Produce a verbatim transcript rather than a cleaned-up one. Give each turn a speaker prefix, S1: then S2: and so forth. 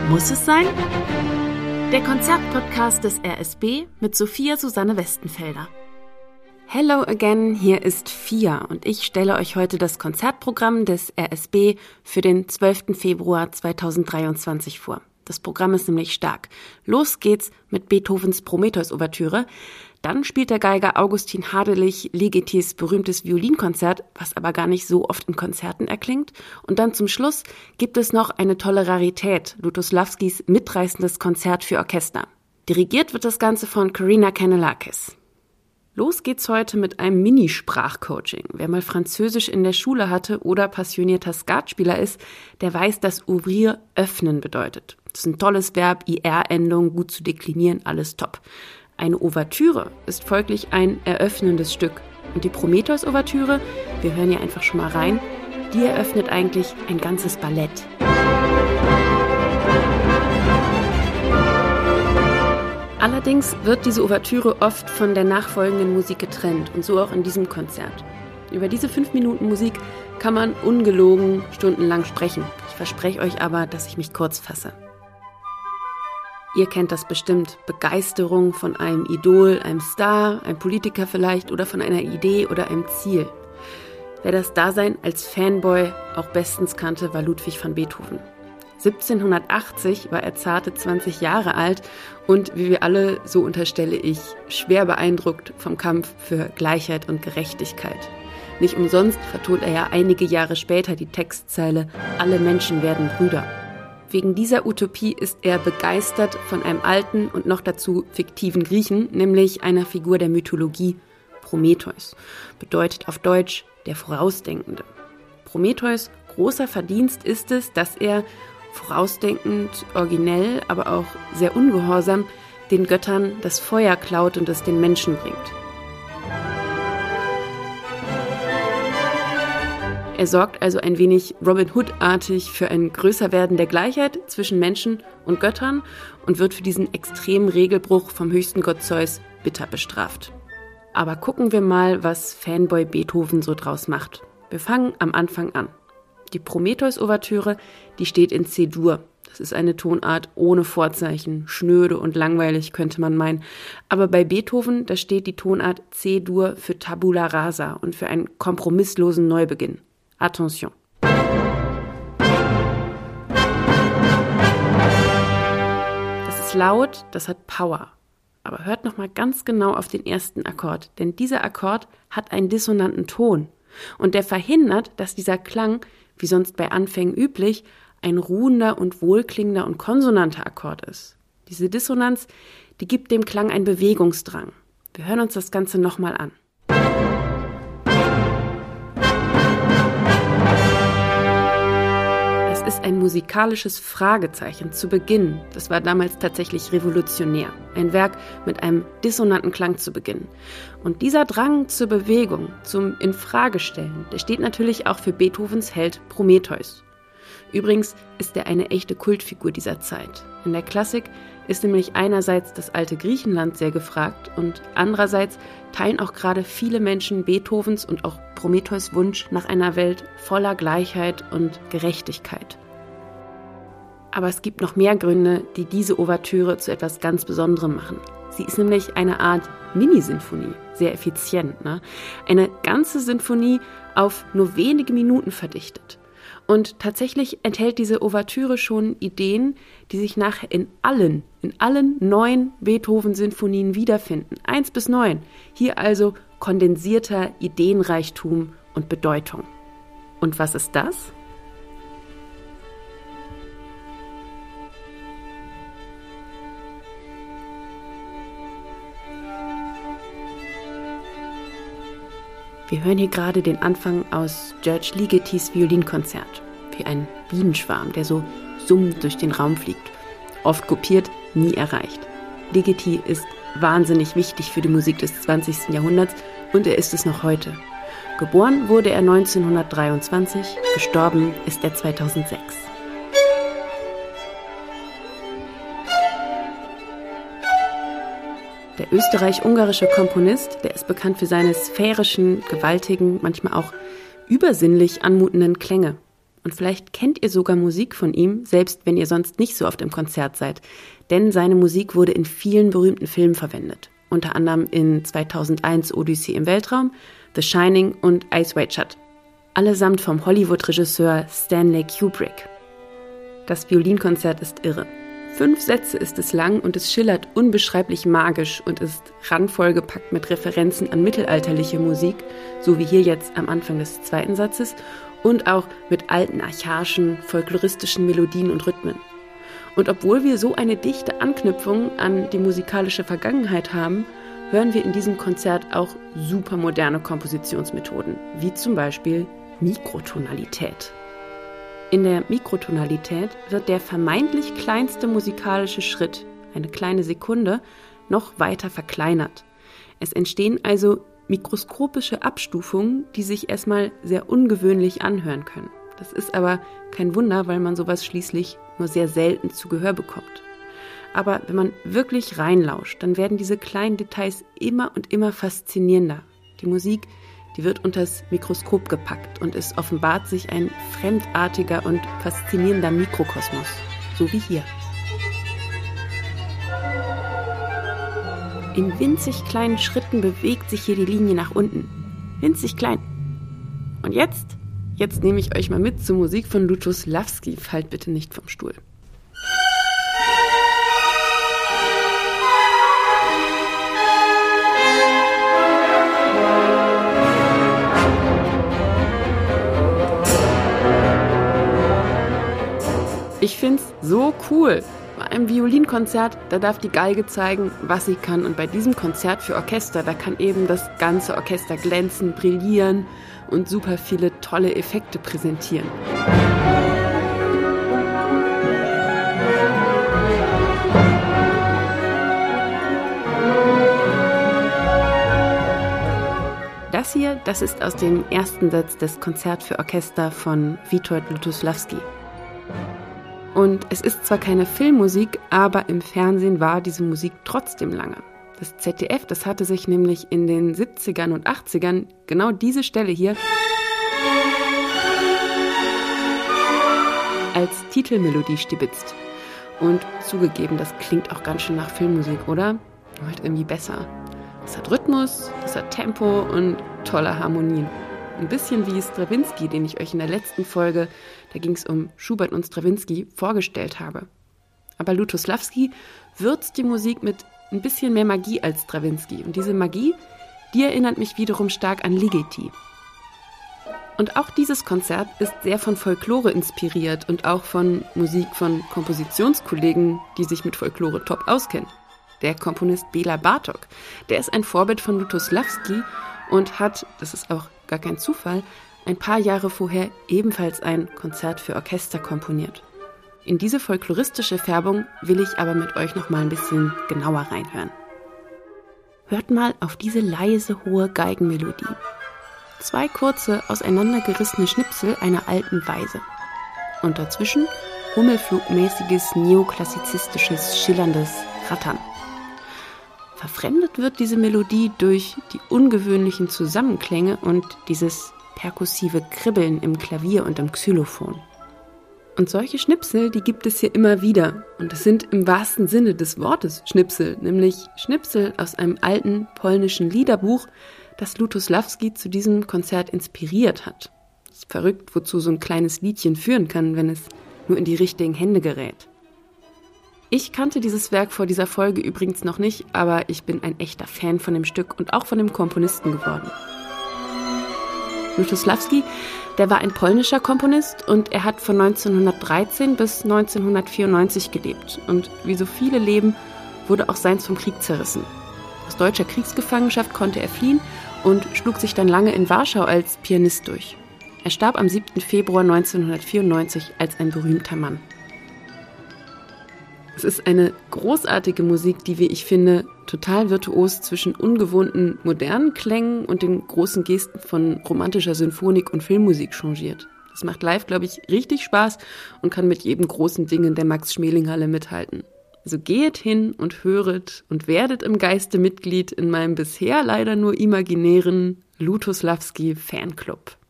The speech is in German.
S1: Muss es sein? Der Konzertpodcast des R S B mit Sophia Susanne Westenfelder. Hello again, hier ist Fia und ich stelle euch heute das Konzertprogramm des R S B für den zwölften Februar zweitausenddreiundzwanzig vor. Das Programm ist nämlich stark. Los geht's mit Beethovens Prometheus-Ouvertüre. Dann spielt der Geiger Augustin Hardelich Ligetis berühmtes Violinkonzert, was aber gar nicht so oft in Konzerten erklingt. Und dann zum Schluss gibt es noch eine tolle Rarität, Lutosławskis mitreißendes Konzert für Orchester. Dirigiert wird das Ganze von Karina Kanellakis. Los geht's heute mit einem Mini-Sprachcoaching. Wer mal Französisch in der Schule hatte oder passionierter Skatspieler ist, der weiß, dass ouvrir öffnen bedeutet. Das ist ein tolles Verb, I R-Endung, gut zu deklinieren, alles top. Eine Ouvertüre ist folglich ein eröffnendes Stück. Und die Prometheus-Ouvertüre, wir hören hier einfach schon mal rein, die eröffnet eigentlich ein ganzes Ballett. Allerdings wird diese Ouvertüre oft von der nachfolgenden Musik getrennt und so auch in diesem Konzert. Über diese fünf Minuten Musik kann man ungelogen stundenlang sprechen. Ich verspreche euch aber, dass ich mich kurz fasse. Ihr kennt das bestimmt, Begeisterung von einem Idol, einem Star, einem Politiker vielleicht oder von einer Idee oder einem Ziel. Wer das Dasein als Fanboy auch bestens kannte, war Ludwig van Beethoven. siebzehnhundertachtzig war er zarte zwanzig Jahre alt und wie wir alle, so unterstelle ich, schwer beeindruckt vom Kampf für Gleichheit und Gerechtigkeit. Nicht umsonst vertont er ja einige Jahre später die Textzeile »Alle Menschen werden Brüder«. Wegen dieser Utopie ist er begeistert von einem alten und noch dazu fiktiven Griechen, nämlich einer Figur der Mythologie, Prometheus. Bedeutet auf Deutsch der Vorausdenkende. Prometheus' großer Verdienst ist es, dass er vorausdenkend, originell, aber auch sehr ungehorsam den Göttern das Feuer klaut und es den Menschen bringt. Er sorgt also ein wenig Robin Hood-artig für ein Größerwerden der Gleichheit zwischen Menschen und Göttern und wird für diesen extremen Regelbruch vom höchsten Gott Zeus bitter bestraft. Aber gucken wir mal, was Fanboy Beethoven so draus macht. Wir fangen am Anfang an. Die Prometheus-Ouvertüre, die steht in C-Dur. Das ist eine Tonart ohne Vorzeichen, schnöde und langweilig, könnte man meinen. Aber bei Beethoven, da steht die Tonart C-Dur für Tabula Rasa und für einen kompromisslosen Neubeginn. Attention. Das ist laut, das hat Power. Aber hört noch mal ganz genau auf den ersten Akkord, denn dieser Akkord hat einen dissonanten Ton. Und der verhindert, dass dieser Klang, wie sonst bei Anfängen üblich, ein ruhender und wohlklingender und konsonanter Akkord ist. Diese Dissonanz, die gibt dem Klang einen Bewegungsdrang. Wir hören uns das Ganze nochmal an. Das ist ein musikalisches Fragezeichen zu Beginn. Das war damals tatsächlich revolutionär. Ein Werk mit einem dissonanten Klang zu beginnen. Und dieser Drang zur Bewegung, zum Infragestellen, der steht natürlich auch für Beethovens Held Prometheus. Übrigens ist er eine echte Kultfigur dieser Zeit. In der Klassik ist nämlich einerseits das alte Griechenland sehr gefragt und andererseits teilen auch gerade viele Menschen Beethovens und auch Prometheus' Wunsch nach einer Welt voller Gleichheit und Gerechtigkeit. Aber es gibt noch mehr Gründe, die diese Ouvertüre zu etwas ganz Besonderem machen. Sie ist nämlich eine Art Mini-Sinfonie, sehr effizient, ne? Eine ganze Sinfonie auf nur wenige Minuten verdichtet. Und tatsächlich enthält diese Ouvertüre schon Ideen, die sich nachher in allen, in allen neun Beethoven-Sinfonien wiederfinden. Eins bis neun. Hier also kondensierter Ideenreichtum und Bedeutung. Und was ist das? Wir hören hier gerade den Anfang aus György Ligetis Violinkonzert, wie ein Bienenschwarm, der so summend durch den Raum fliegt. Oft kopiert, nie erreicht. Ligeti ist wahnsinnig wichtig für die Musik des zwanzigsten Jahrhunderts und er ist es noch heute. Geboren wurde er neunzehnhundertdreiundzwanzig, gestorben ist er zweitausendsechs. Der österreich-ungarische Komponist, der ist bekannt für seine sphärischen, gewaltigen, manchmal auch übersinnlich anmutenden Klänge. Und vielleicht kennt ihr sogar Musik von ihm, selbst wenn ihr sonst nicht so oft im Konzert seid. Denn seine Musik wurde in vielen berühmten Filmen verwendet. Unter anderem in zweitausendeins Odyssee im Weltraum, The Shining und Eyes Wide Shut. Allesamt vom Hollywood-Regisseur Stanley Kubrick. Das Violinkonzert ist irre. Fünf Sätze ist es lang und es schillert unbeschreiblich magisch und ist randvoll gepackt mit Referenzen an mittelalterliche Musik, so wie hier jetzt am Anfang des zweiten Satzes, und auch mit alten, archaischen, folkloristischen Melodien und Rhythmen. Und obwohl wir so eine dichte Anknüpfung an die musikalische Vergangenheit haben, hören wir in diesem Konzert auch super moderne Kompositionsmethoden, wie zum Beispiel Mikrotonalität. In der Mikrotonalität wird der vermeintlich kleinste musikalische Schritt, eine kleine Sekunde, noch weiter verkleinert. Es entstehen also mikroskopische Abstufungen, die sich erstmal sehr ungewöhnlich anhören können. Das ist aber kein Wunder, weil man sowas schließlich nur sehr selten zu Gehör bekommt. Aber wenn man wirklich reinlauscht, dann werden diese kleinen Details immer und immer faszinierender. Die Musik, die wird unters Mikroskop gepackt und es offenbart sich ein fremdartiger und faszinierender Mikrokosmos, so wie hier. In winzig kleinen Schritten bewegt sich hier die Linie nach unten. Winzig klein. Und jetzt, jetzt nehme ich euch mal mit zur Musik von Lutosławski. Fallt bitte nicht vom Stuhl. Ich find's so cool. Bei einem Violinkonzert, da darf die Geige zeigen, was sie kann. Und bei diesem Konzert für Orchester, da kann eben das ganze Orchester glänzen, brillieren und super viele tolle Effekte präsentieren. Das hier, das ist aus dem ersten Satz des Konzert für Orchester von Witold Lutosławski. Und es ist zwar keine Filmmusik, aber im Fernsehen war diese Musik trotzdem lange. Das Z D F, das hatte sich nämlich in den siebzigern und achtzigern genau diese Stelle hier als Titelmelodie stibitzt. Und zugegeben, das klingt auch ganz schön nach Filmmusik, oder? Nur halt irgendwie besser. Es hat Rhythmus, es hat Tempo und tolle Harmonien. Ein bisschen wie Strawinsky, den ich euch in der letzten Folge, da ging es um Schubert und Strawinsky, vorgestellt habe. Aber Lutosławski würzt die Musik mit ein bisschen mehr Magie als Strawinsky. Und diese Magie, die erinnert mich wiederum stark an Ligeti. Und auch dieses Konzert ist sehr von Folklore inspiriert und auch von Musik von Kompositionskollegen, die sich mit Folklore top auskennen. Der Komponist Béla Bartók, der ist ein Vorbild von Lutosławski und hat, das ist auch gar kein Zufall, ein paar Jahre vorher ebenfalls ein Konzert für Orchester komponiert. In diese folkloristische Färbung will ich aber mit euch noch mal ein bisschen genauer reinhören. Hört mal auf diese leise, hohe Geigenmelodie. Zwei kurze, auseinandergerissene Schnipsel einer alten Weise. Und dazwischen hummelflugmäßiges, neoklassizistisches, schillerndes Rattern. Verfremdet wird diese Melodie durch die ungewöhnlichen Zusammenklänge und dieses perkussive Kribbeln im Klavier und im Xylophon. Und solche Schnipsel, die gibt es hier immer wieder. Und es sind im wahrsten Sinne des Wortes Schnipsel, nämlich Schnipsel aus einem alten polnischen Liederbuch, das Lutosławski zu diesem Konzert inspiriert hat. Es ist verrückt, wozu so ein kleines Liedchen führen kann, wenn es nur in die richtigen Hände gerät. Ich kannte dieses Werk vor dieser Folge übrigens noch nicht, aber ich bin ein echter Fan von dem Stück und auch von dem Komponisten geworden. Lutosławski, der war ein polnischer Komponist und er hat von neunzehnhundertdreizehn bis neunzehnhundertvierundneunzig gelebt. Und wie so viele Leben, wurde auch seins vom Krieg zerrissen. Aus deutscher Kriegsgefangenschaft konnte er fliehen und schlug sich dann lange in Warschau als Pianist durch. Er starb am siebten Februar neunzehnhundertvierundneunzig als ein berühmter Mann. Es ist eine großartige Musik, die, wie ich finde, total virtuos zwischen ungewohnten modernen Klängen und den großen Gesten von romantischer Sinfonik und Filmmusik changiert. Das macht live, glaube ich, richtig Spaß und kann mit jedem großen Ding in der Max-Schmeling-Halle mithalten. Also geht hin und höret und werdet im Geiste Mitglied in meinem bisher leider nur imaginären Lutosławski Fanclub.